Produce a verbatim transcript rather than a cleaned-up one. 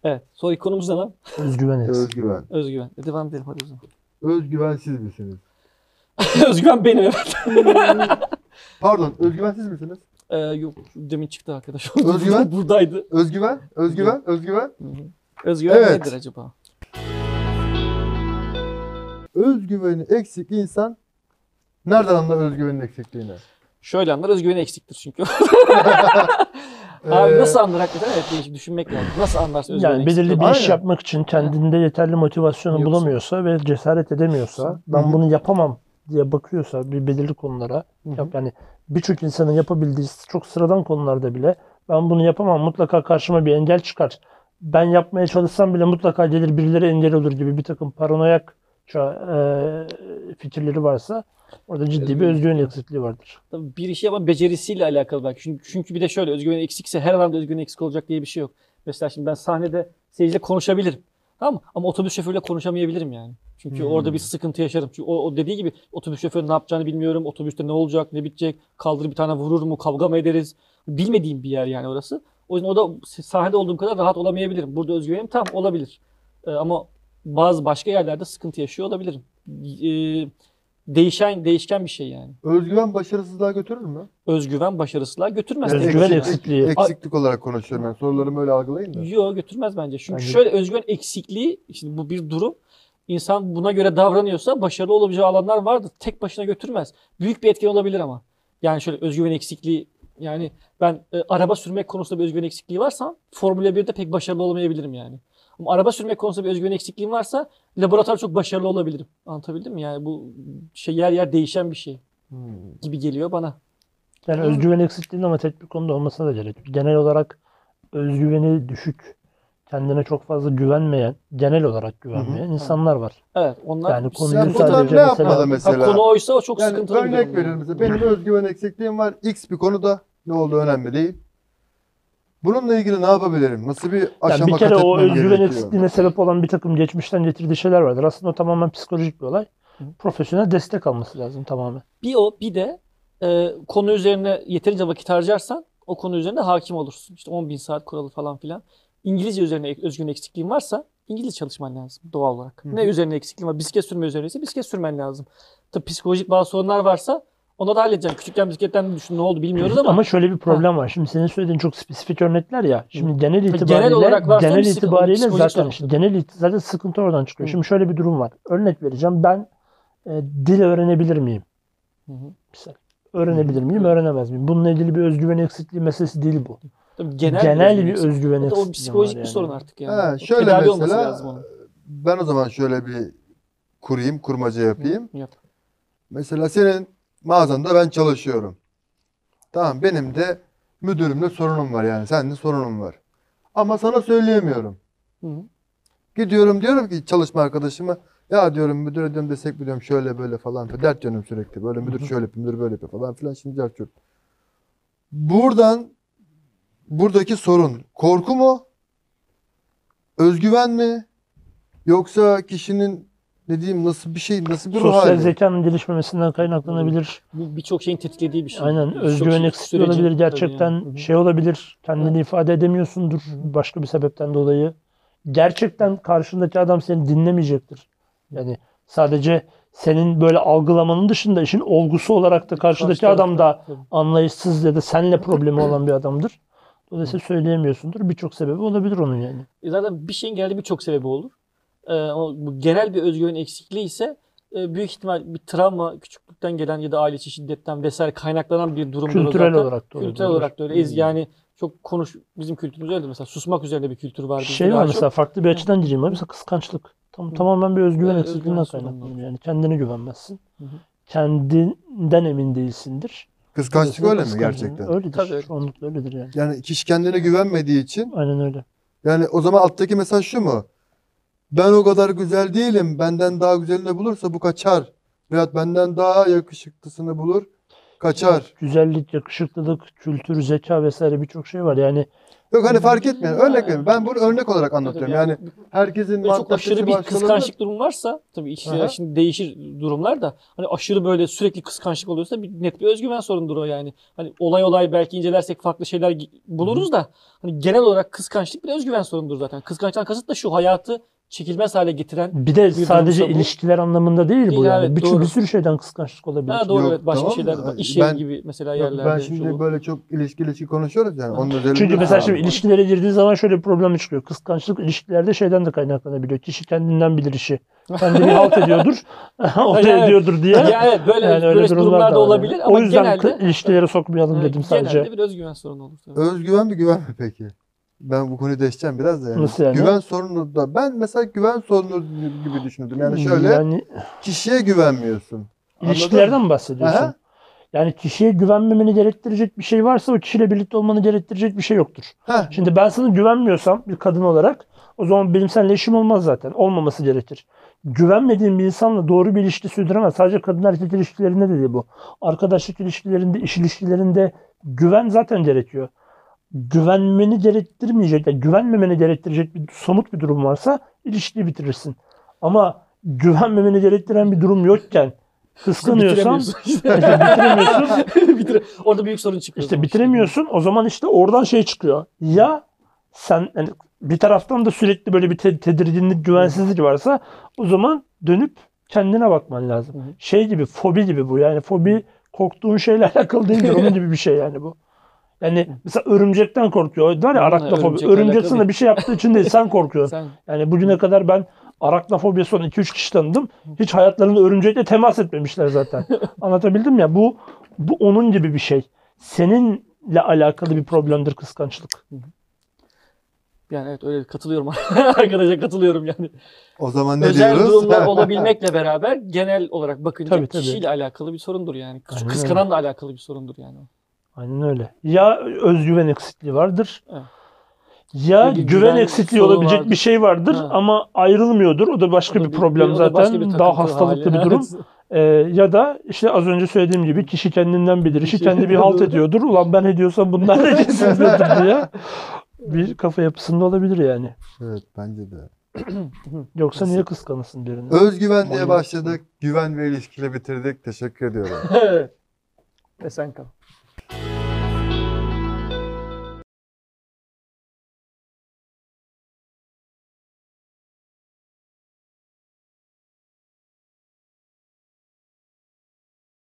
Evet. Sonraki konumuz ne lan? Özgüven eksik. Özgüven. Özgüven. E, devam edelim hadi o zaman. Özgüvensiz misiniz? Özgüven benim evet. Pardon, özgüvensiz misiniz? Ee, yok demin çıktı arkadaş. Özgüven? Buradaydı. Özgüven, özgüven, özgüven. Hı hı. Özgüven Evet. nedir acaba? Özgüveni eksik insan nereden anlar özgüvenin eksikliğini? Şöyle anlar, özgüveni eksiktir çünkü. Abi Ee, nasıl anlar hakikaten? Evet, değişik düşünmek lazım. Nasıl anlarsın özgüveni Yani belirli eksikliğini? bir iş Aynen. yapmak için kendinde yeterli motivasyonu Yoksa- bulamıyorsa ve cesaret edemiyorsa, ben Hı hı. bunu yapamam diye bakıyorsa bir belirli konulara, Hı hı. yap yani birçok insanın yapabildiği çok sıradan konularda bile ben bunu yapamam, mutlaka karşıma bir engel çıkar. Ben yapmaya çalışsam bile mutlaka gelir birileri engel olur gibi bir takım paranoyak e, fikirleri varsa orada ciddi bir özgüven eksikliği vardır. Tabii bir işi yapma becerisiyle alakalı belki. Çünkü, çünkü bir de şöyle özgüveni eksikse her alanda özgüveni eksik olacak diye bir şey yok. Mesela şimdi ben sahnede seyirciyle konuşabilirim. Tamam mı? Ama otobüs şoförüyle konuşamayabilirim yani. Çünkü Hmm. orada bir sıkıntı yaşarım. Çünkü o, o dediği gibi otobüs şoförü ne yapacağını bilmiyorum. Otobüste ne olacak, ne bitecek. Kaldırır bir tane vurur mu, kavga mı ederiz. Bilmediğim bir yer yani orası. O yüzden orada sahnede olduğum kadar rahat olamayabilirim. Burada özgüvenim tam olabilir. Ee, ama bazı başka yerlerde sıkıntı yaşıyor olabilirim. Ee, değişen, değişken bir şey yani. Özgüven başarısızlığa götürür mü? Özgüven başarısızlığa götürmez. Evet. Tabii. Özgüven Eksiklik- eksikliği. Eksiklik olarak konuşuyorum ben. Sorularımı öyle algılayın da. Yok götürmez bence. Çünkü Bence- şöyle özgüven eksikliği, şimdi bu bir durum. İnsan buna göre davranıyorsa başarılı olabileceği alanlar vardır. Tek başına götürmez. Büyük bir etken olabilir ama. Yani şöyle özgüven eksikliği, yani ben e, araba sürmek konusunda bir özgüven eksikliği varsa Formula birde pek başarılı olamayabilirim yani. Ama araba sürmek konusunda bir özgüven eksikliğim varsa laboratuvar çok başarılı olabilirim. Anlatabildim mi? Yani bu şey yer yer değişen bir şey Hmm. gibi geliyor bana. Yani özgüven eksikliğinin ama tek bir konuda olmasına da gerek yok. Genel olarak özgüveni düşük, kendine çok fazla güvenmeyen, genel olarak güvenmeyen Hı hı. insanlar var. Evet, onlar Yani konuyu Yani bunlar sadece ne mesela, yapmalı mesela? Ha, konu oysa o çok Yani sıkıntılı bir örnek durum. veriyorum mesela. Benim özgüven eksikliğim var. X bir konuda. Ne olduğu önemli değil. Bununla ilgili ne yapabilirim? Nasıl bir aşama yani bir kere kat o etmem özgüven gerekiyor? eksikliğine sebep olan bir takım geçmişten getirdiği şeyler vardır. Aslında o tamamen psikolojik bir olay. Hı. Profesyonel destek alması lazım tamamen. Bir o bir de e, konu üzerine yeterince vakit harcarsan o konu üzerinde hakim olursun. İşte on bin saat kuralı falan filan. İngilizce üzerine özgün eksikliğin varsa İngilizce çalışman lazım doğal olarak. Hı hı. Ne üzerine eksikliğin var? Bisiklet sürme üzerineyse bisiklet sürmen lazım. Tabii psikolojik bazı sorunlar varsa onu da halledeceksin. Küçükken bisikletten mi düştün ne oldu bilmiyoruz ama. Ama şöyle bir problem var. Şimdi senin söylediğin çok spesifik örnekler ya. Şimdi genel genel itibariyle olarak varsa genel bir sıkıntı, itibariyle psikolojik zaten sorun. işte genel it- zaten sıkıntı oradan çıkıyor. Hı. Şimdi şöyle bir durum var. Örnek vereceğim. Ben e, dil öğrenebilir miyim? Hı hı. Misal. Öğrenebilir miyim? Öğrenemez miyim? Bununla ilgili bir özgüven eksikliği meselesi değil bu. Tabii Genel, genel, bir eksiklik. özgüven O eksikliği psikolojik var bir yani. sorun artık yani. He, O şöyle tedavi olması mesela lazım onun. ben o zaman şöyle bir kurayım, kurmaca yapayım. Yap. Mesela senin mağazanda ben çalışıyorum. Tamam, benim de müdürümle sorunum var yani. Seninle sorunum var. Ama sana söyleyemiyorum. Hı hı. Gidiyorum diyorum ki çalışma arkadaşıma, ya diyorum müdüre diyorum desek mi diyorum şöyle böyle falan filan. Dert yanıyorum sürekli. Böyle müdür şöyle yapıyor, müdür böyle yapıyor falan filan. Şimdi dert yok. Buradan buradaki sorun korku mu? Özgüven mi? Yoksa kişinin ne diyeyim nasıl bir şey, nasıl bir ruh Sosyal hali? zekanın gelişmemesinden kaynaklanabilir. Bu birçok şeyin tetiklediği bir şey. Aynen. Birçok Özgüven şey- eksikliği sürecin- olabilir. tabii Gerçekten yani. Hı hı. şey olabilir. Kendini ifade edemiyorsundur. Başka bir sebepten dolayı. Gerçekten karşındaki adam seni dinlemeyecektir. Yani sadece senin böyle algılamanın dışında işin olgusu olarak da karşıdaki Karşı adam da tarafta, tabii. anlayışsız ya da seninle problemi olan bir adamdır. Dolayısıyla söyleyemiyorsundur. Birçok sebebi olabilir onun yani. E Zaten bir şeyin genelde birçok sebebi olur. Ee, ama bu genel bir özgüven eksikliği ise e, büyük ihtimal bir travma, küçüklükten gelen ya da aile içi şiddetten vesaire kaynaklanan bir durumdur o Kültürel zaten. olarak da olabilir. Kültürel olarak da öyle. Ez- Hmm. Yani çok konuş bizim kültürümüz öyle mesela susmak üzerine bir kültür var bizde Şey daha var çok. mesela farklı bir açıdan diyeceğim. Mesela kıskançlık. Tam, tamamen bir özgüven Evet, eksikliğinden özgüven sorunu kaynaklanıyor. Yani kendine güvenmezsin. Hı hı. Kendinden emin değilsindir. Kıskançlık Dolayısıyla öyle mi kıskancın. gerçekten? Öyledir. Tabii öyle. Çoğunlukla öyledir yani. Yani kişi kendine güvenmediği için Aynen öyle. yani o zaman alttaki mesaj şu mu? Ben o kadar güzel değilim. Benden daha güzelini bulursa bu kaçar. Veyahut benden daha yakışıklısını bulur. Kaçar. Güzellik, yakışıklılık, kültür, zeka vesaire birçok şey var. Yani Yok hani fark etmiyor. Örnek veriyorum. Ben bunu örnek olarak anlatıyorum. Yani herkesin Böyle çok mantık aşırı açısı bir başkalarına- kıskançlık durum varsa tabii işler Aha. şimdi değişir durumlar da hani aşırı böyle sürekli kıskançlık oluyorsa bir net bir özgüven sorunudur o yani. Hani olay olay belki incelersek farklı şeyler gi- buluruz da hani genel olarak kıskançlık bir özgüven sorunudur zaten. Kıskançlıktan kasıt da şu hayatı çekilmez hale getiren Bir de sadece durumsa bu. ilişkiler anlamında değil bu Değil, yani. evet, bir, doğru. bir sürü şeyden kıskançlık olabilir. ha, doğru Yok, evet başka tamam şeyler de da var. İş ben- yeri gibi mesela Yok, yerlerde. ben şu şimdi bu. böyle çok ilişki ilişki konuşuyoruz yani. Onun özelinde Çünkü mesela Abi, şimdi ilişkilere girdiği zaman şöyle bir problem çıkıyor. Kıskançlık ilişkilerde şeyden de kaynaklanabiliyor. Kişi kendinden bilir işi. Kendini halt ediyordur, ortaya Yani- ediyordur diye. Ya evet böyle Yani öyle böyle durumlar durumlar da da var olabilir yani. ama O yüzden genelde kı- ilişkilere sokmayalım evet, dedim sadece. genelde bir özgüven sorunu olur. tabii. özgüven mi güven mi peki? Ben bu konuyu değişeceğim biraz da yani. Nasıl yani? Güven sorunu da ben mesela güven sorunu gibi düşündüm. Yani şöyle Yani kişiye güvenmiyorsun. Anladın ilişkilerden mı? mi bahsediyorsun? Aha. Yani kişiye güvenmemeni gerektirecek bir şey varsa o kişiyle birlikte olmanı gerektirecek bir şey yoktur. Heh. Şimdi ben sana güvenmiyorsam bir kadın olarak o zaman benim seninle işim olmaz zaten. Olmaması gerekir. Güvenmediğim bir insanla doğru bir ilişki sürdüremez. Sadece kadın erkek ilişkilerinde de değil bu. Arkadaşlık ilişkilerinde, iş ilişkilerinde güven zaten gerekiyor. Güvenmeni gerektirmeyecek, yani güvenmemeni gerektirecek bir somut bir durum varsa ilişkiyi bitirirsin. Ama güvenmemeni gerektiren bir durum yokken kıskanıyorsan Bitiremiyorsun. işte bitiremiyorsun. Bitire- Orada büyük sorun çıkıyor. İşte bitiremiyorsun. O zaman işte oradan şey çıkıyor. Ya sen yani bir taraftan da sürekli böyle bir te- tedirginlik, güvensizlik varsa o zaman dönüp kendine bakman lazım. Hı hı. Şey gibi, fobi gibi bu. Yani fobi korktuğun şeyle alakalı değildir. Onun gibi bir şey yani bu. Yani mesela örümcekten korkuyor. Var ya Hı, arachnofobi. örümcekle Örümcek alakalı sana değil. bir şey yaptığı için değil, sen korkuyorsun. Sen Yani bugüne kadar ben arachnofobiyası olan iki üç kişi tanıdım. Hiç hayatlarında örümcekle temas etmemişler zaten. Anlatabildim ya. Bu bu onun gibi bir şey. Seninle alakalı bir problemdir kıskançlık. yani evet öyle katılıyorum. Arkadaşa katılıyorum yani. O zaman ne Özel diyoruz? durumlar olabilmekle beraber genel olarak bakınca Tabii, tabii. kişiyle alakalı bir sorundur yani. Kıs- Aynen Kıskananla alakalı bir sorundur yani. Aynen öyle. Ya özgüven eksikliği vardır. Evet. Ya Bir güven, güven eksikliği sorunu olabilecek vardır. bir şey vardır Ha. ama ayrılmıyordur. O da başka O da bir problem o da zaten. başka bir Daha takıntı hastalıklı hali. bir durum. Evet. Ee, ya da işte az önce söylediğim gibi kişi kendinden bilir. İşi Kişi- kendi bir halt Doğru. ediyordur. Ulan ben ediyorsam bunlar ne edeceksinizdir diye. Bir kafa yapısında olabilir yani. Evet bence de. Yoksa niye kıskanırsın birini? Özgüven diye Manyak. başladık. Güven ve ilişkiyle bitirdik. Teşekkür ediyorum. Evet. Esen kal.